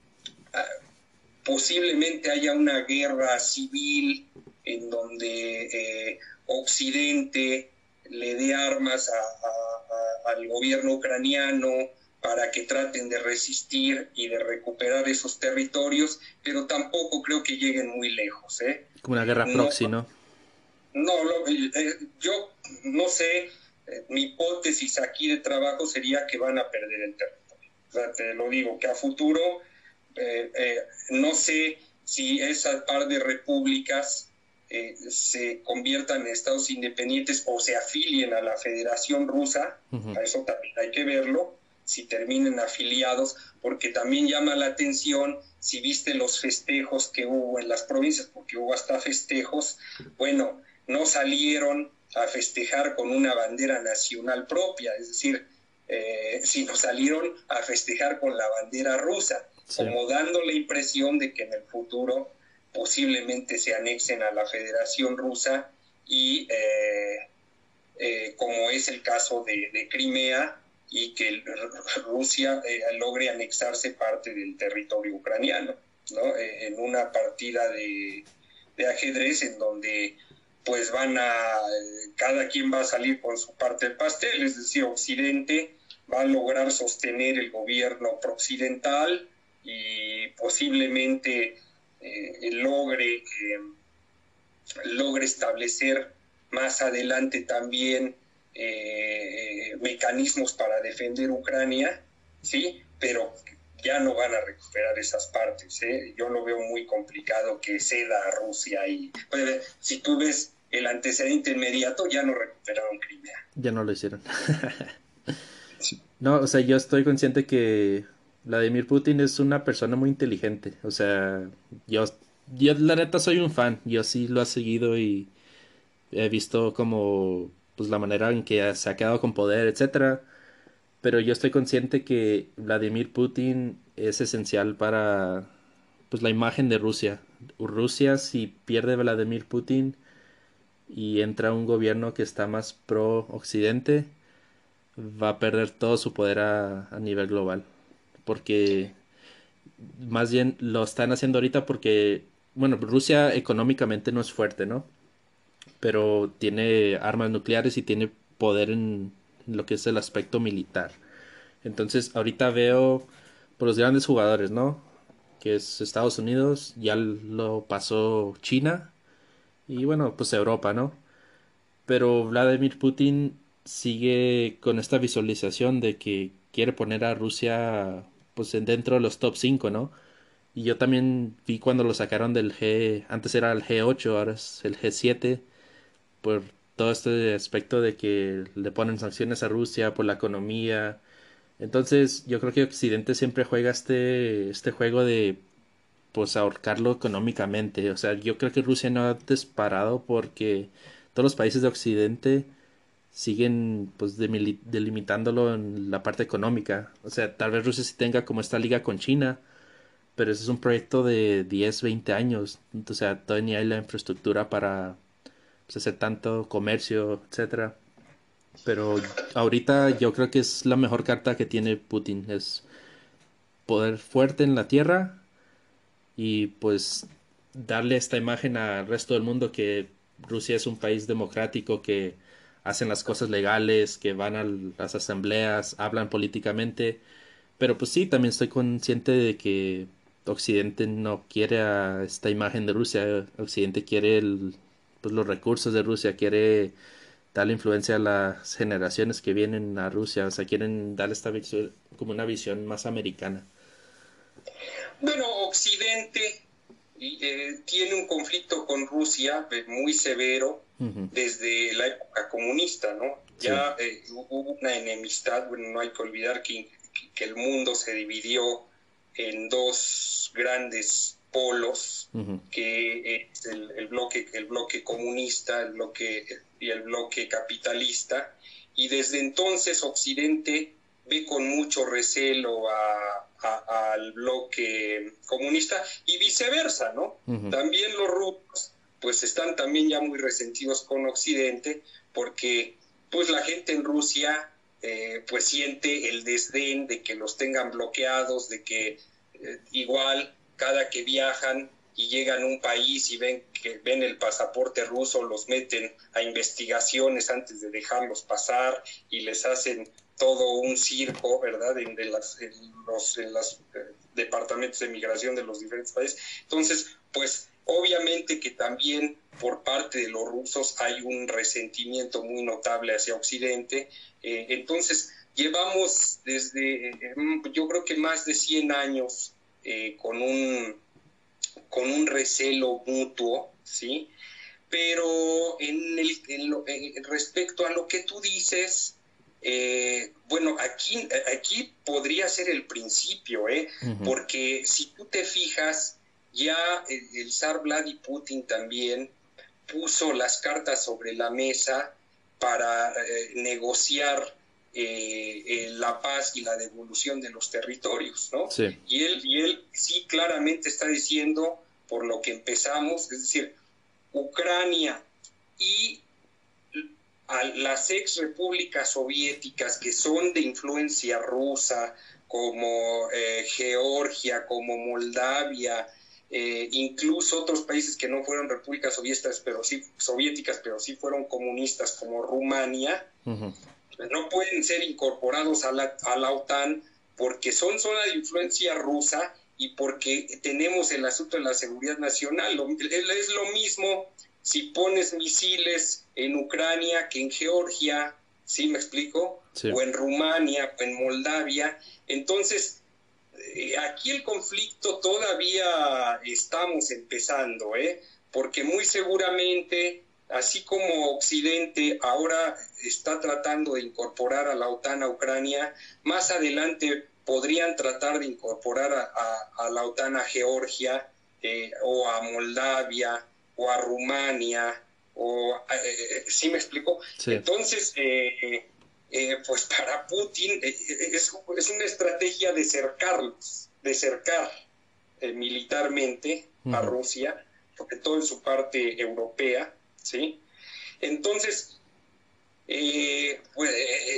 posiblemente haya una guerra civil en donde Occidente le dé armas al gobierno ucraniano para que traten de resistir y de recuperar esos territorios, pero tampoco creo que lleguen muy lejos. Como una guerra proxy, ¿no? Yo no sé, mi hipótesis aquí de trabajo sería que van a perder el territorio. O sea, te lo digo, que a futuro no sé si esa par de repúblicas se conviertan en estados independientes o se afilien a la Federación Rusa. A eso también hay que verlo, si terminen afiliados, porque también llama la atención, si viste los festejos que hubo en las provincias, porque hubo hasta festejos, bueno, no salieron a festejar con una bandera nacional propia, es decir, sino salieron a festejar con la bandera rusa, sí, como dando la impresión de que en el futuro posiblemente se anexen a la Federación Rusa y como es el caso de Crimea, y que Rusia logre anexarse parte del territorio ucraniano, ¿no? En una partida de ajedrez en donde pues cada quien va a salir con su parte del pastel, es decir, Occidente va a lograr sostener el gobierno prooccidental y posiblemente logre establecer más adelante también mecanismos para defender Ucrania, ¿sí? Pero ya no van a recuperar esas partes, ¿eh? Yo lo veo muy complicado que ceda a Rusia y pues, si tú ves el antecedente inmediato, ya no recuperaron Crimea. Ya no lo hicieron. No, o sea, yo estoy consciente que Vladimir Putin es una persona muy inteligente. O sea, yo la neta soy un fan. Yo sí lo he seguido y he visto como pues la manera en que se ha quedado con poder, etcétera. Pero yo estoy consciente que Vladimir Putin es esencial para pues la imagen de Rusia. Rusia, si pierde Vladimir Putin y entra un gobierno que está más pro Occidente, va a perder todo su poder a nivel global. Porque más bien lo están haciendo ahorita porque, bueno, Rusia económicamente no es fuerte, ¿no? Pero tiene armas nucleares y tiene poder en lo que es el aspecto militar. Entonces, ahorita veo por los grandes jugadores, ¿no? Que es Estados Unidos, ya lo pasó China y bueno, pues Europa, ¿no? Pero Vladimir Putin sigue con esta visualización de que quiere poner a Rusia pues dentro de los top 5, ¿no? Y yo también vi cuando lo sacaron del antes era el G8, ahora es el G7, por todo este aspecto de que le ponen sanciones a Rusia por la economía. Entonces, yo creo que Occidente siempre juega este juego de pues ahorcarlo económicamente. O sea, yo creo que Rusia no ha disparado porque todos los países de Occidente siguen pues delimitándolo en la parte económica. O sea, tal vez Rusia sí tenga como esta liga con China, pero ese es un proyecto de 10 20 años. O sea, todavía ni hay la infraestructura para pues, hacer tanto comercio, etcétera. Pero ahorita yo creo que es la mejor carta que tiene Putin. Es poder fuerte en la tierra y pues darle esta imagen al resto del mundo que Rusia es un país democrático, que hacen las cosas legales, que van a las asambleas, hablan políticamente. Pero pues sí, también estoy consciente de que Occidente no quiere a esta imagen de Rusia. Occidente quiere pues los recursos de Rusia, quiere darle influencia a las generaciones que vienen a Rusia. O sea, quieren darle esta visión, como una visión más americana. Bueno, Occidente tiene un conflicto con Rusia muy severo desde la época comunista, ¿no? Sí. Ya hubo una enemistad, bueno, no hay que olvidar que el mundo se dividió en dos grandes polos, Ujú. que es el bloque comunista, el bloque capitalista, y desde entonces Occidente ve con mucho recelo al bloque comunista y viceversa, ¿no? Ujú. También los rusos pues están también ya muy resentidos con Occidente porque pues la gente en Rusia pues siente el desdén de que los tengan bloqueados, de que igual cada que viajan y llegan a un país y ven el pasaporte ruso, los meten a investigaciones antes de dejarlos pasar y les hacen todo un circo, ¿verdad? En los departamentos de migración de los diferentes países. Entonces, pues obviamente que también por parte de los rusos hay un resentimiento muy notable hacia Occidente. Entonces, llevamos yo creo que más de 100 años con un recelo mutuo, ¿sí? Pero respecto a lo que tú dices, bueno, aquí podría ser el principio, Ujú. porque si tú te fijas, ya el zar Vladimir Putin también puso las cartas sobre la mesa para negociar la paz y la devolución de los territorios, ¿no? Sí. Y él sí claramente está diciendo, por lo que empezamos, es decir, Ucrania y a las ex repúblicas soviéticas que son de influencia rusa, como Georgia, como Moldavia, incluso otros países que no fueron repúblicas soviéticas, pero sí fueron comunistas, como Rumania, Ujú. no pueden ser incorporados a la OTAN porque son zona de influencia rusa y porque tenemos el asunto de la seguridad nacional. Es lo mismo si pones misiles en Ucrania que en Georgia, ¿sí me explico? Sí. O en Rumania, o en Moldavia. Entonces, aquí el conflicto todavía estamos empezando, porque muy seguramente, así como Occidente ahora está tratando de incorporar a la OTAN a Ucrania, más adelante podrían tratar de incorporar a la OTAN a Georgia, o a Moldavia, o a Rumania, ¿sí me explico? Sí. Entonces, pues para Putin es una estrategia de cercar militarmente a Ujú. Rusia, sobre todo en su parte europea, ¿sí? Entonces, pues,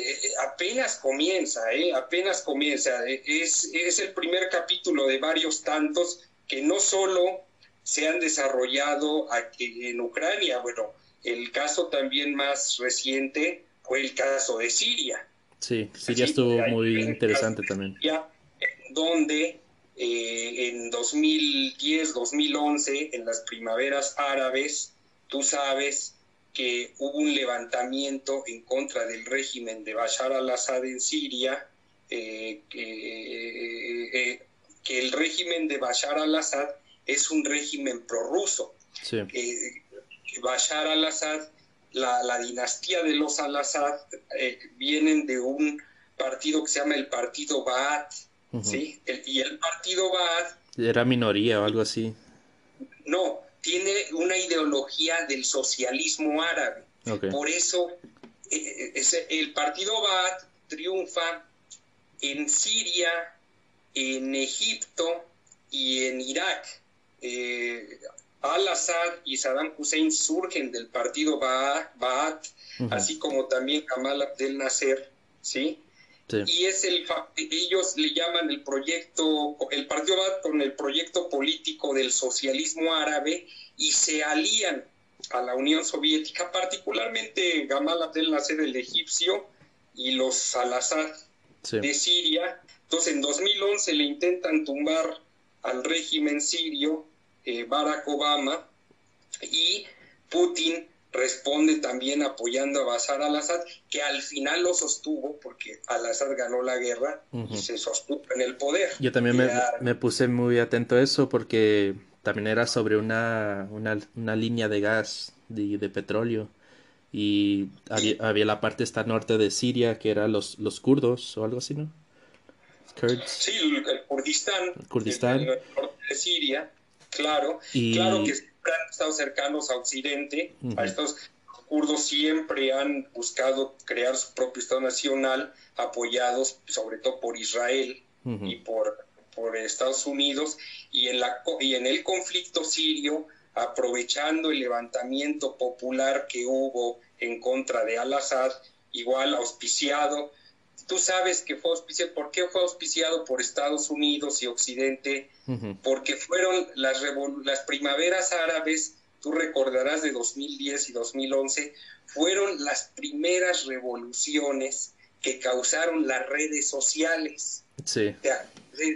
apenas comienza. Es el primer capítulo de varios tantos que no solo se han desarrollado aquí en Ucrania. Bueno, el caso también más reciente fue el caso de Siria. Sí, Siria ¿Sí? estuvo Ahí muy en el caso interesante de también. Siria, donde en 2010, 2011, en las primaveras árabes, tú sabes que hubo un levantamiento en contra del régimen de Bashar al-Assad en Siria, que el régimen de Bashar al-Assad es un régimen prorruso. Sí. Bashar al-Assad, la dinastía de los al-Assad, vienen de un partido que se llama el Partido Ba'ath, Ujú. ¿sí? Y el Partido Ba'ath Era minoría o algo así. no, tiene una ideología del socialismo árabe. Ok. Por eso el Partido Ba'ath triunfa en Siria, en Egipto y en Irak. Al-Assad y Saddam Hussein surgen del Partido Ba'ath, Ujú. así como también Gamal Abdel Nasser, ¿sí? Sí. Y ellos le llaman el Partido Ba'ath con el proyecto político del socialismo árabe y se alían a la Unión Soviética, particularmente Gamal Abdel Nasser, el egipcio, y los Al-Assad Sí. de Siria. Entonces en 2011 le intentan tumbar al régimen sirio, Barack Obama, y Putin responde también apoyando a Bashar al-Assad, que al final lo sostuvo porque al-Assad ganó la guerra. Ujú. Y se sostuvo en el poder. Yo también me puse muy atento a eso porque también era sobre una línea de gas, de petróleo. Y había la parte esta norte de Siria que era los kurdos o algo así, ¿no? Kurds. Sí, el Kurdistán, Kurdistán. el norte de Siria. claro, claro que siempre han estado cercanos a Occidente, a estos kurdos siempre han buscado crear su propio Estado nacional, apoyados sobre todo por Israel y por Estados Unidos, y en el conflicto sirio, aprovechando el levantamiento popular que hubo en contra de Al-Assad, igual auspiciado. Tú sabes que fue auspiciado. ¿Por qué fue auspiciado por Estados Unidos y Occidente? Porque fueron las primaveras árabes, tú recordarás, de 2010 y 2011, fueron las primeras revoluciones que causaron las redes sociales. Sí. O sea,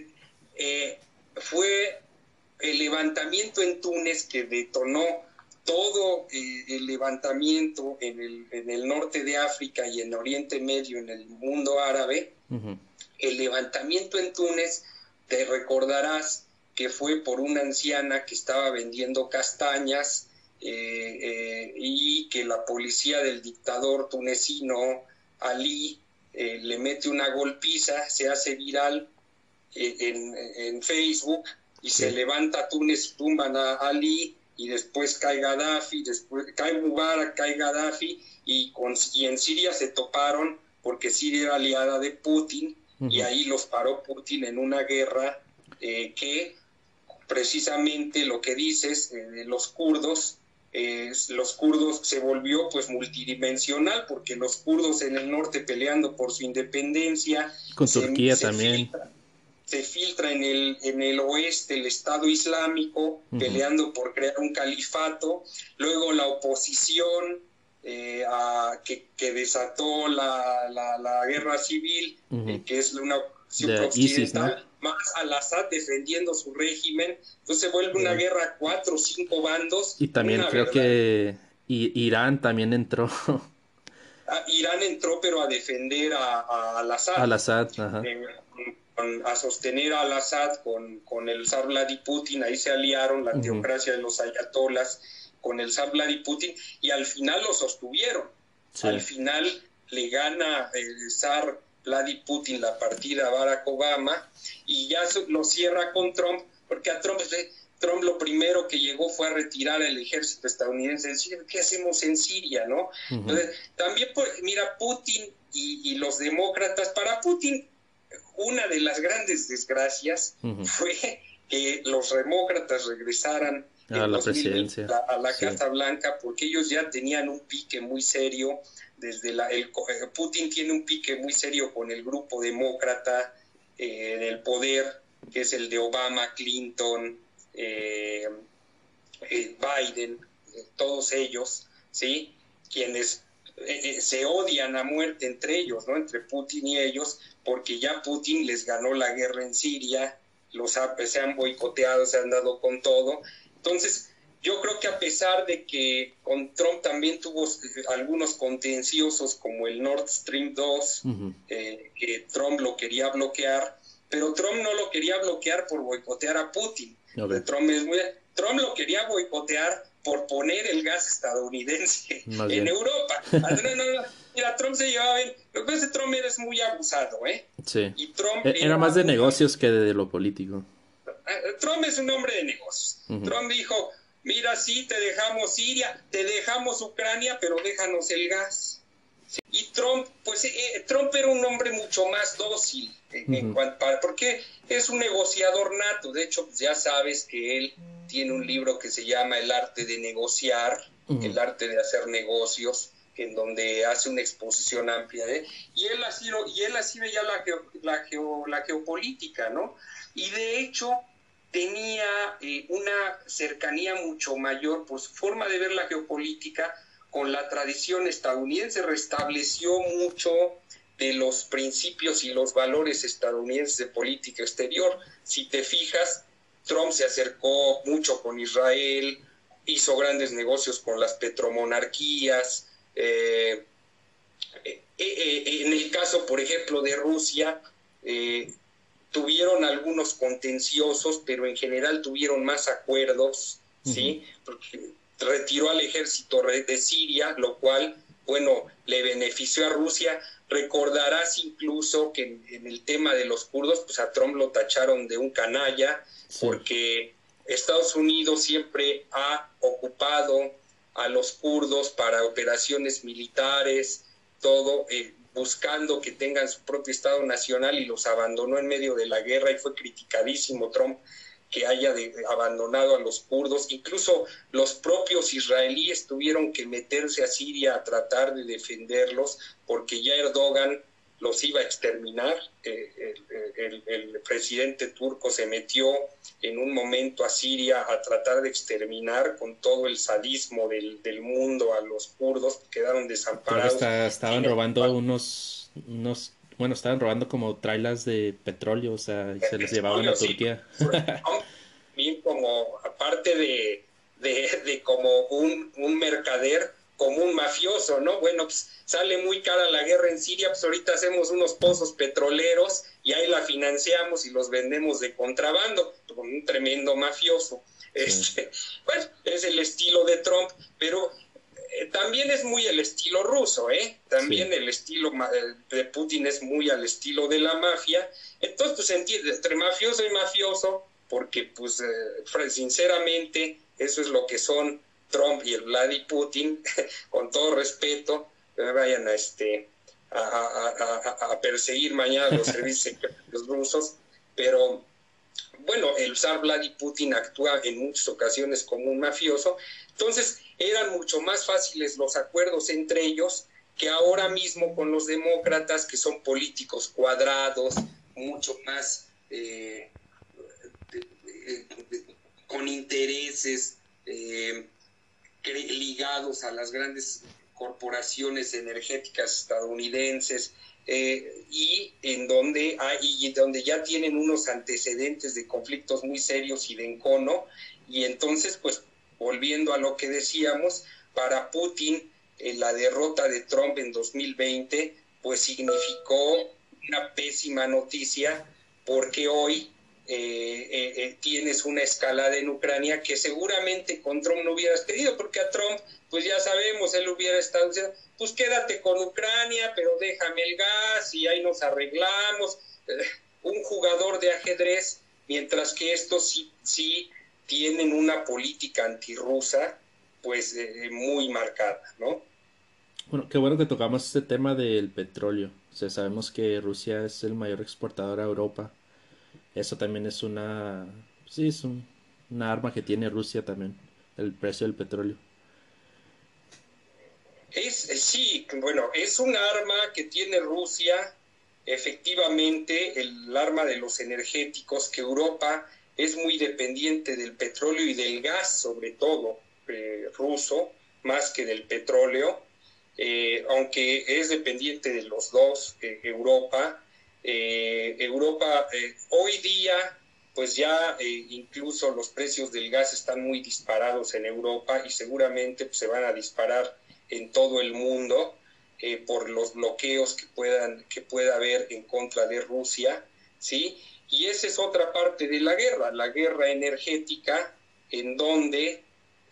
fue el levantamiento en Túnez que detonó todo el levantamiento en el norte de África y en Oriente Medio, en el mundo árabe. El levantamiento en Túnez, te recordarás que fue por una anciana que estaba vendiendo castañas y que la policía del dictador tunecino Ali le mete una golpiza, se hace viral en Facebook y se levanta Túnez, tumban a Ali, y después cae Gaddafi, después cae Mubarak, cae Gaddafi, y en Siria se toparon porque Siria era aliada de Putin, y ahí los paró Putin en una guerra que precisamente lo que dices de los kurdos se volvió pues multidimensional, porque los kurdos en el norte peleando por su independencia, con Turquía también. Se filtra en el oeste el Estado Islámico peleando por crear un califato, luego la oposición que desató la guerra civil, que es una oposición occidental, ISIS, ¿no? Más Al-Assad defendiendo su régimen, entonces se vuelve una guerra a 4 o 5 bandos. Y también creo que Irán también entró. Irán entró, pero a defender a Al-Assad. Al-Assad, ajá. A sostener a Al-Assad con el zar Vladimir Putin, ahí se aliaron la teocracia de los ayatolas con el zar Vladimir Putin, y al final lo sostuvieron. Sí. Al final le gana el zar Vladimir Putin la partida a Barack Obama, y ya lo cierra con Trump, porque a Trump lo primero que llegó fue a retirar el ejército estadounidense. Decir, ¿qué hacemos en Siria, no? Entonces, también, mira, Putin y los demócratas, para Putin, una de las grandes desgracias fue que los demócratas regresaran a la presidencia, a la Casa Blanca, porque ellos ya tenían un pique muy serio. Putin tiene un pique muy serio con el grupo demócrata del poder, que es el de Obama, Clinton, Biden, todos ellos, ¿sí? Quienes se odian a muerte entre ellos, ¿no? Entre Putin y ellos, porque ya Putin les ganó la guerra en Siria, se han boicoteado, se han dado con todo. Entonces, yo creo que a pesar de que con Trump también tuvo algunos contenciosos, como el Nord Stream 2, que Trump lo quería bloquear, pero Trump no lo quería bloquear por boicotear a Putin. Okay. Trump lo quería boicotear por poner el gas estadounidense en Europa. Mira, Trump se llevaba bien. Lo que pasa es que Trump es muy abusado, ¿eh? Sí. Y Trump era más de negocios que de lo político. Trump es un hombre de negocios. Trump dijo, mira, sí, te dejamos Siria, te dejamos Ucrania, pero déjanos el gas. Y Trump, pues Trump era un hombre mucho más dócil, porque es un negociador nato. De hecho, pues ya sabes que él tiene un libro que se llama El arte de negociar, el arte de hacer negocios, en donde hace una exposición amplia, y él así veía la geopolítica, ¿no? Y de hecho tenía una cercanía mucho mayor por su forma de ver la geopolítica con la tradición estadounidense. Restableció mucho de los principios y los valores estadounidenses de política exterior. Si te fijas, Trump se acercó mucho con Israel, hizo grandes negocios con las petromonarquías. En el caso, por ejemplo, de Rusia, tuvieron algunos contenciosos, pero en general tuvieron más acuerdos, ¿sí? Porque retiró al ejército de Siria, lo cual, bueno, le benefició a Rusia. Recordarás incluso que en el tema de los kurdos, pues a Trump lo tacharon de un canalla, porque Estados Unidos siempre ha ocupado a los kurdos para operaciones militares, todo buscando que tengan su propio Estado nacional, y los abandonó en medio de la guerra, y fue criticadísimo Trump que haya abandonado a los kurdos. Incluso los propios israelíes tuvieron que meterse a Siria a tratar de defenderlos, porque ya Erdogan los iba a exterminar. El presidente turco se metió en un momento a Siria a tratar de exterminar con todo el sadismo del mundo a los kurdos, que quedaron desamparados. Estaban robando bueno, estaban robando como trailers de petróleo, o sea, y se los llevaban a Turquía. Bien, como aparte de como un mercader, como un mafioso, ¿no? Bueno, pues sale muy cara la guerra en Siria, pues ahorita hacemos unos pozos petroleros y ahí la financiamos y los vendemos de contrabando, con un tremendo mafioso. Sí. Bueno, es el estilo de Trump, pero también es muy el estilo ruso, también sí. El estilo de Putin es muy al estilo de la mafia. Entonces, pues entiende, entre mafioso y mafioso, porque pues sinceramente eso es lo que son Trump y el Vladimir Putin. Con todo respeto, vayan a perseguir mañana los servicios secretos rusos, pero bueno, el zar Vladimir Putin actúa en muchas ocasiones como un mafioso. Entonces eran mucho más fáciles los acuerdos entre ellos que ahora mismo con los demócratas, que son políticos cuadrados, mucho más con intereses ligados a las grandes corporaciones energéticas estadounidenses, y donde ya tienen unos antecedentes de conflictos muy serios y de encono. Y entonces, pues, volviendo a lo que decíamos, para Putin la derrota de Trump en 2020 pues significó una pésima noticia, porque hoy tienes una escalada en Ucrania que seguramente con Trump no hubieras tenido, porque a Trump, pues ya sabemos, él hubiera estado diciendo, pues quédate con Ucrania, pero déjame el gas y ahí nos arreglamos. Un jugador de ajedrez, mientras que estos sí tienen una política antirrusa, pues muy marcada, ¿no? Bueno, qué bueno que tocamos este tema del petróleo. O sea, sabemos que Rusia es el mayor exportador a Europa. Eso también es una arma que tiene Rusia también, el precio del petróleo. Sí, bueno, es un arma que tiene Rusia, efectivamente, el arma de los energéticos, que Europa es muy dependiente del petróleo y del gas, sobre todo ruso, más que del petróleo, aunque es dependiente de los dos, Europa. Hoy día, pues ya incluso los precios del gas están muy disparados en Europa, y seguramente pues, se van a disparar en todo el mundo por los bloqueos que pueda haber en contra de Rusia, ¿sí? Y esa es otra parte de la guerra energética, en donde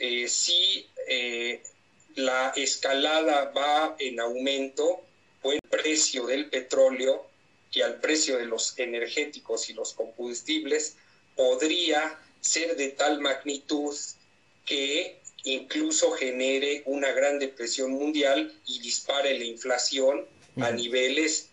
la escalada va en aumento, o el precio del petróleo y al precio de los energéticos y los combustibles podría ser de tal magnitud que incluso genere una gran depresión mundial y dispare la inflación a niveles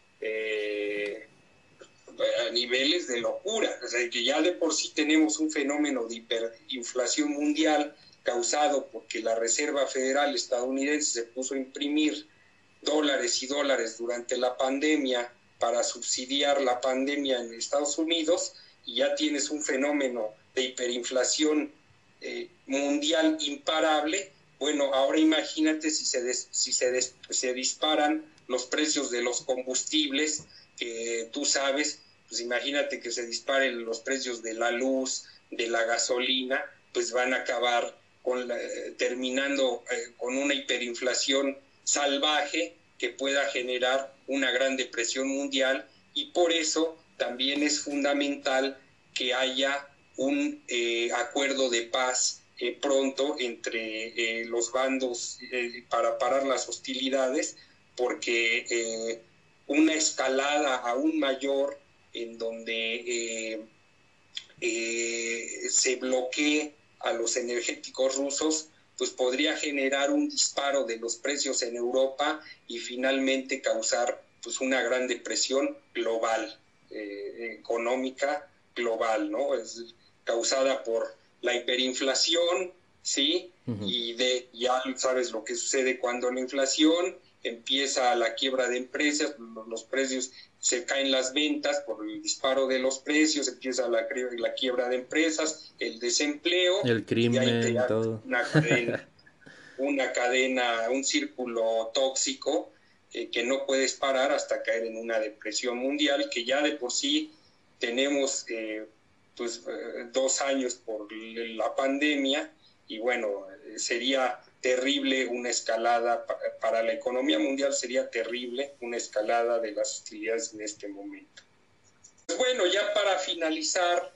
de locura. O sea, que ya de por sí tenemos un fenómeno de hiperinflación mundial causado porque la Reserva Federal estadounidense se puso a imprimir dólares y dólares durante la pandemia para subsidiar la pandemia en Estados Unidos, y ya tienes un fenómeno de hiperinflación mundial imparable. Bueno, ahora imagínate si se disparan los precios de los combustibles, que tú sabes, pues imagínate que se disparen los precios de la luz, de la gasolina, pues van a acabar terminando con una hiperinflación salvaje que pueda generar una gran depresión mundial. Y por eso también es fundamental que haya un acuerdo de paz pronto entre los bandos para parar las hostilidades, porque una escalada aún mayor en donde se bloquee a los energéticos rusos, pues podría generar un disparo de los precios en Europa y finalmente causar pues una gran depresión global, económica global, ¿no? Es causada por la hiperinflación, ¿sí? Y ya sabes lo que sucede cuando la inflación empieza la quiebra de empresas, los precios se caen, las ventas por el disparo de los precios, empieza la quiebra de empresas, el desempleo, el crimen y todo. Una cadena, un círculo tóxico que no puedes parar hasta caer en una depresión mundial, que ya de por sí tenemos 2 años por la pandemia, y bueno, sería terrible una escalada para la economía mundial, sería terrible una escalada de las hostilidades en este momento. Pues bueno, ya para finalizar,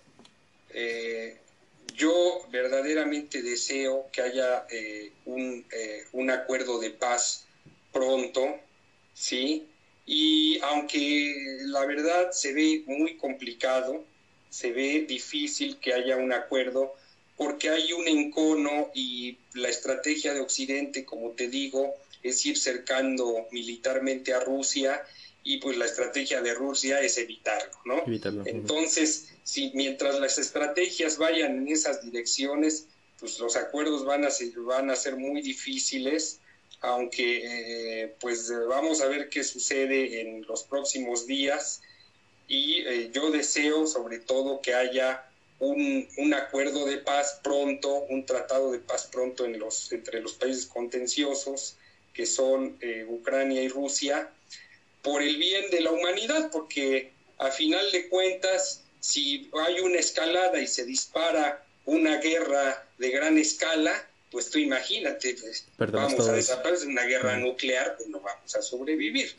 yo verdaderamente deseo que haya un acuerdo de paz pronto, ¿sí? Y aunque la verdad se ve muy complicado, se ve difícil que haya un acuerdo, porque hay un encono y la estrategia de Occidente, como te digo, es ir cercando militarmente a Rusia, y pues la estrategia de Rusia es evitarlo, ¿no? Entonces, mientras las estrategias vayan en esas direcciones, pues los acuerdos van a ser muy difíciles, aunque pues vamos a ver qué sucede en los próximos días, y yo deseo sobre todo que haya un acuerdo de paz pronto, un tratado de paz pronto entre los países contenciosos que son Ucrania y Rusia, por el bien de la humanidad, porque a final de cuentas, si hay una escalada y se dispara una guerra de gran escala, pues tú imagínate, pues, vamos a desaparecer una guerra nuclear, pues no vamos a sobrevivir.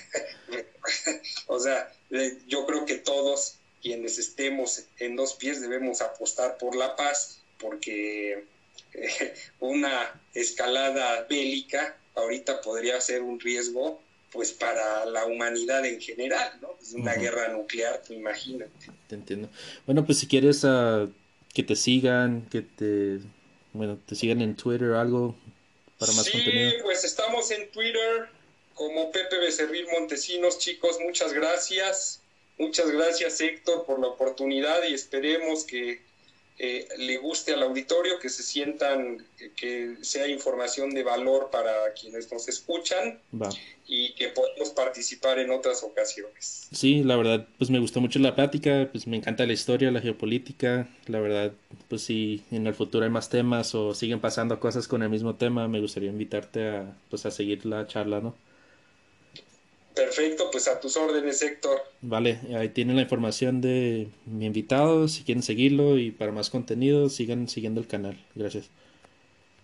O sea, yo creo que todos quienes estemos en 2 pies debemos apostar por la paz, porque una escalada bélica ahorita podría ser un riesgo pues para la humanidad en general, ¿no? Pues una guerra nuclear, pues imagínate. Te entiendo. Bueno, pues si quieres que te sigan, te sigan en Twitter o algo para más contenido. Sí, pues estamos en Twitter como Pepe Becerril Montesinos, chicos, muchas gracias. Muchas gracias, Héctor, por la oportunidad, y esperemos que le guste al auditorio, que se sientan, que sea información de valor para quienes nos escuchan. Va. Y que podamos participar en otras ocasiones. Sí, la verdad, pues me gustó mucho la plática, pues me encanta la historia, la geopolítica, la verdad, pues si en el futuro hay más temas o siguen pasando cosas con el mismo tema, me gustaría invitarte a seguir la charla, ¿no? Perfecto, pues a tus órdenes, Héctor. Vale, ahí tienen la información de mi invitado, si quieren seguirlo, y para más contenido sigan siguiendo el canal. Gracias.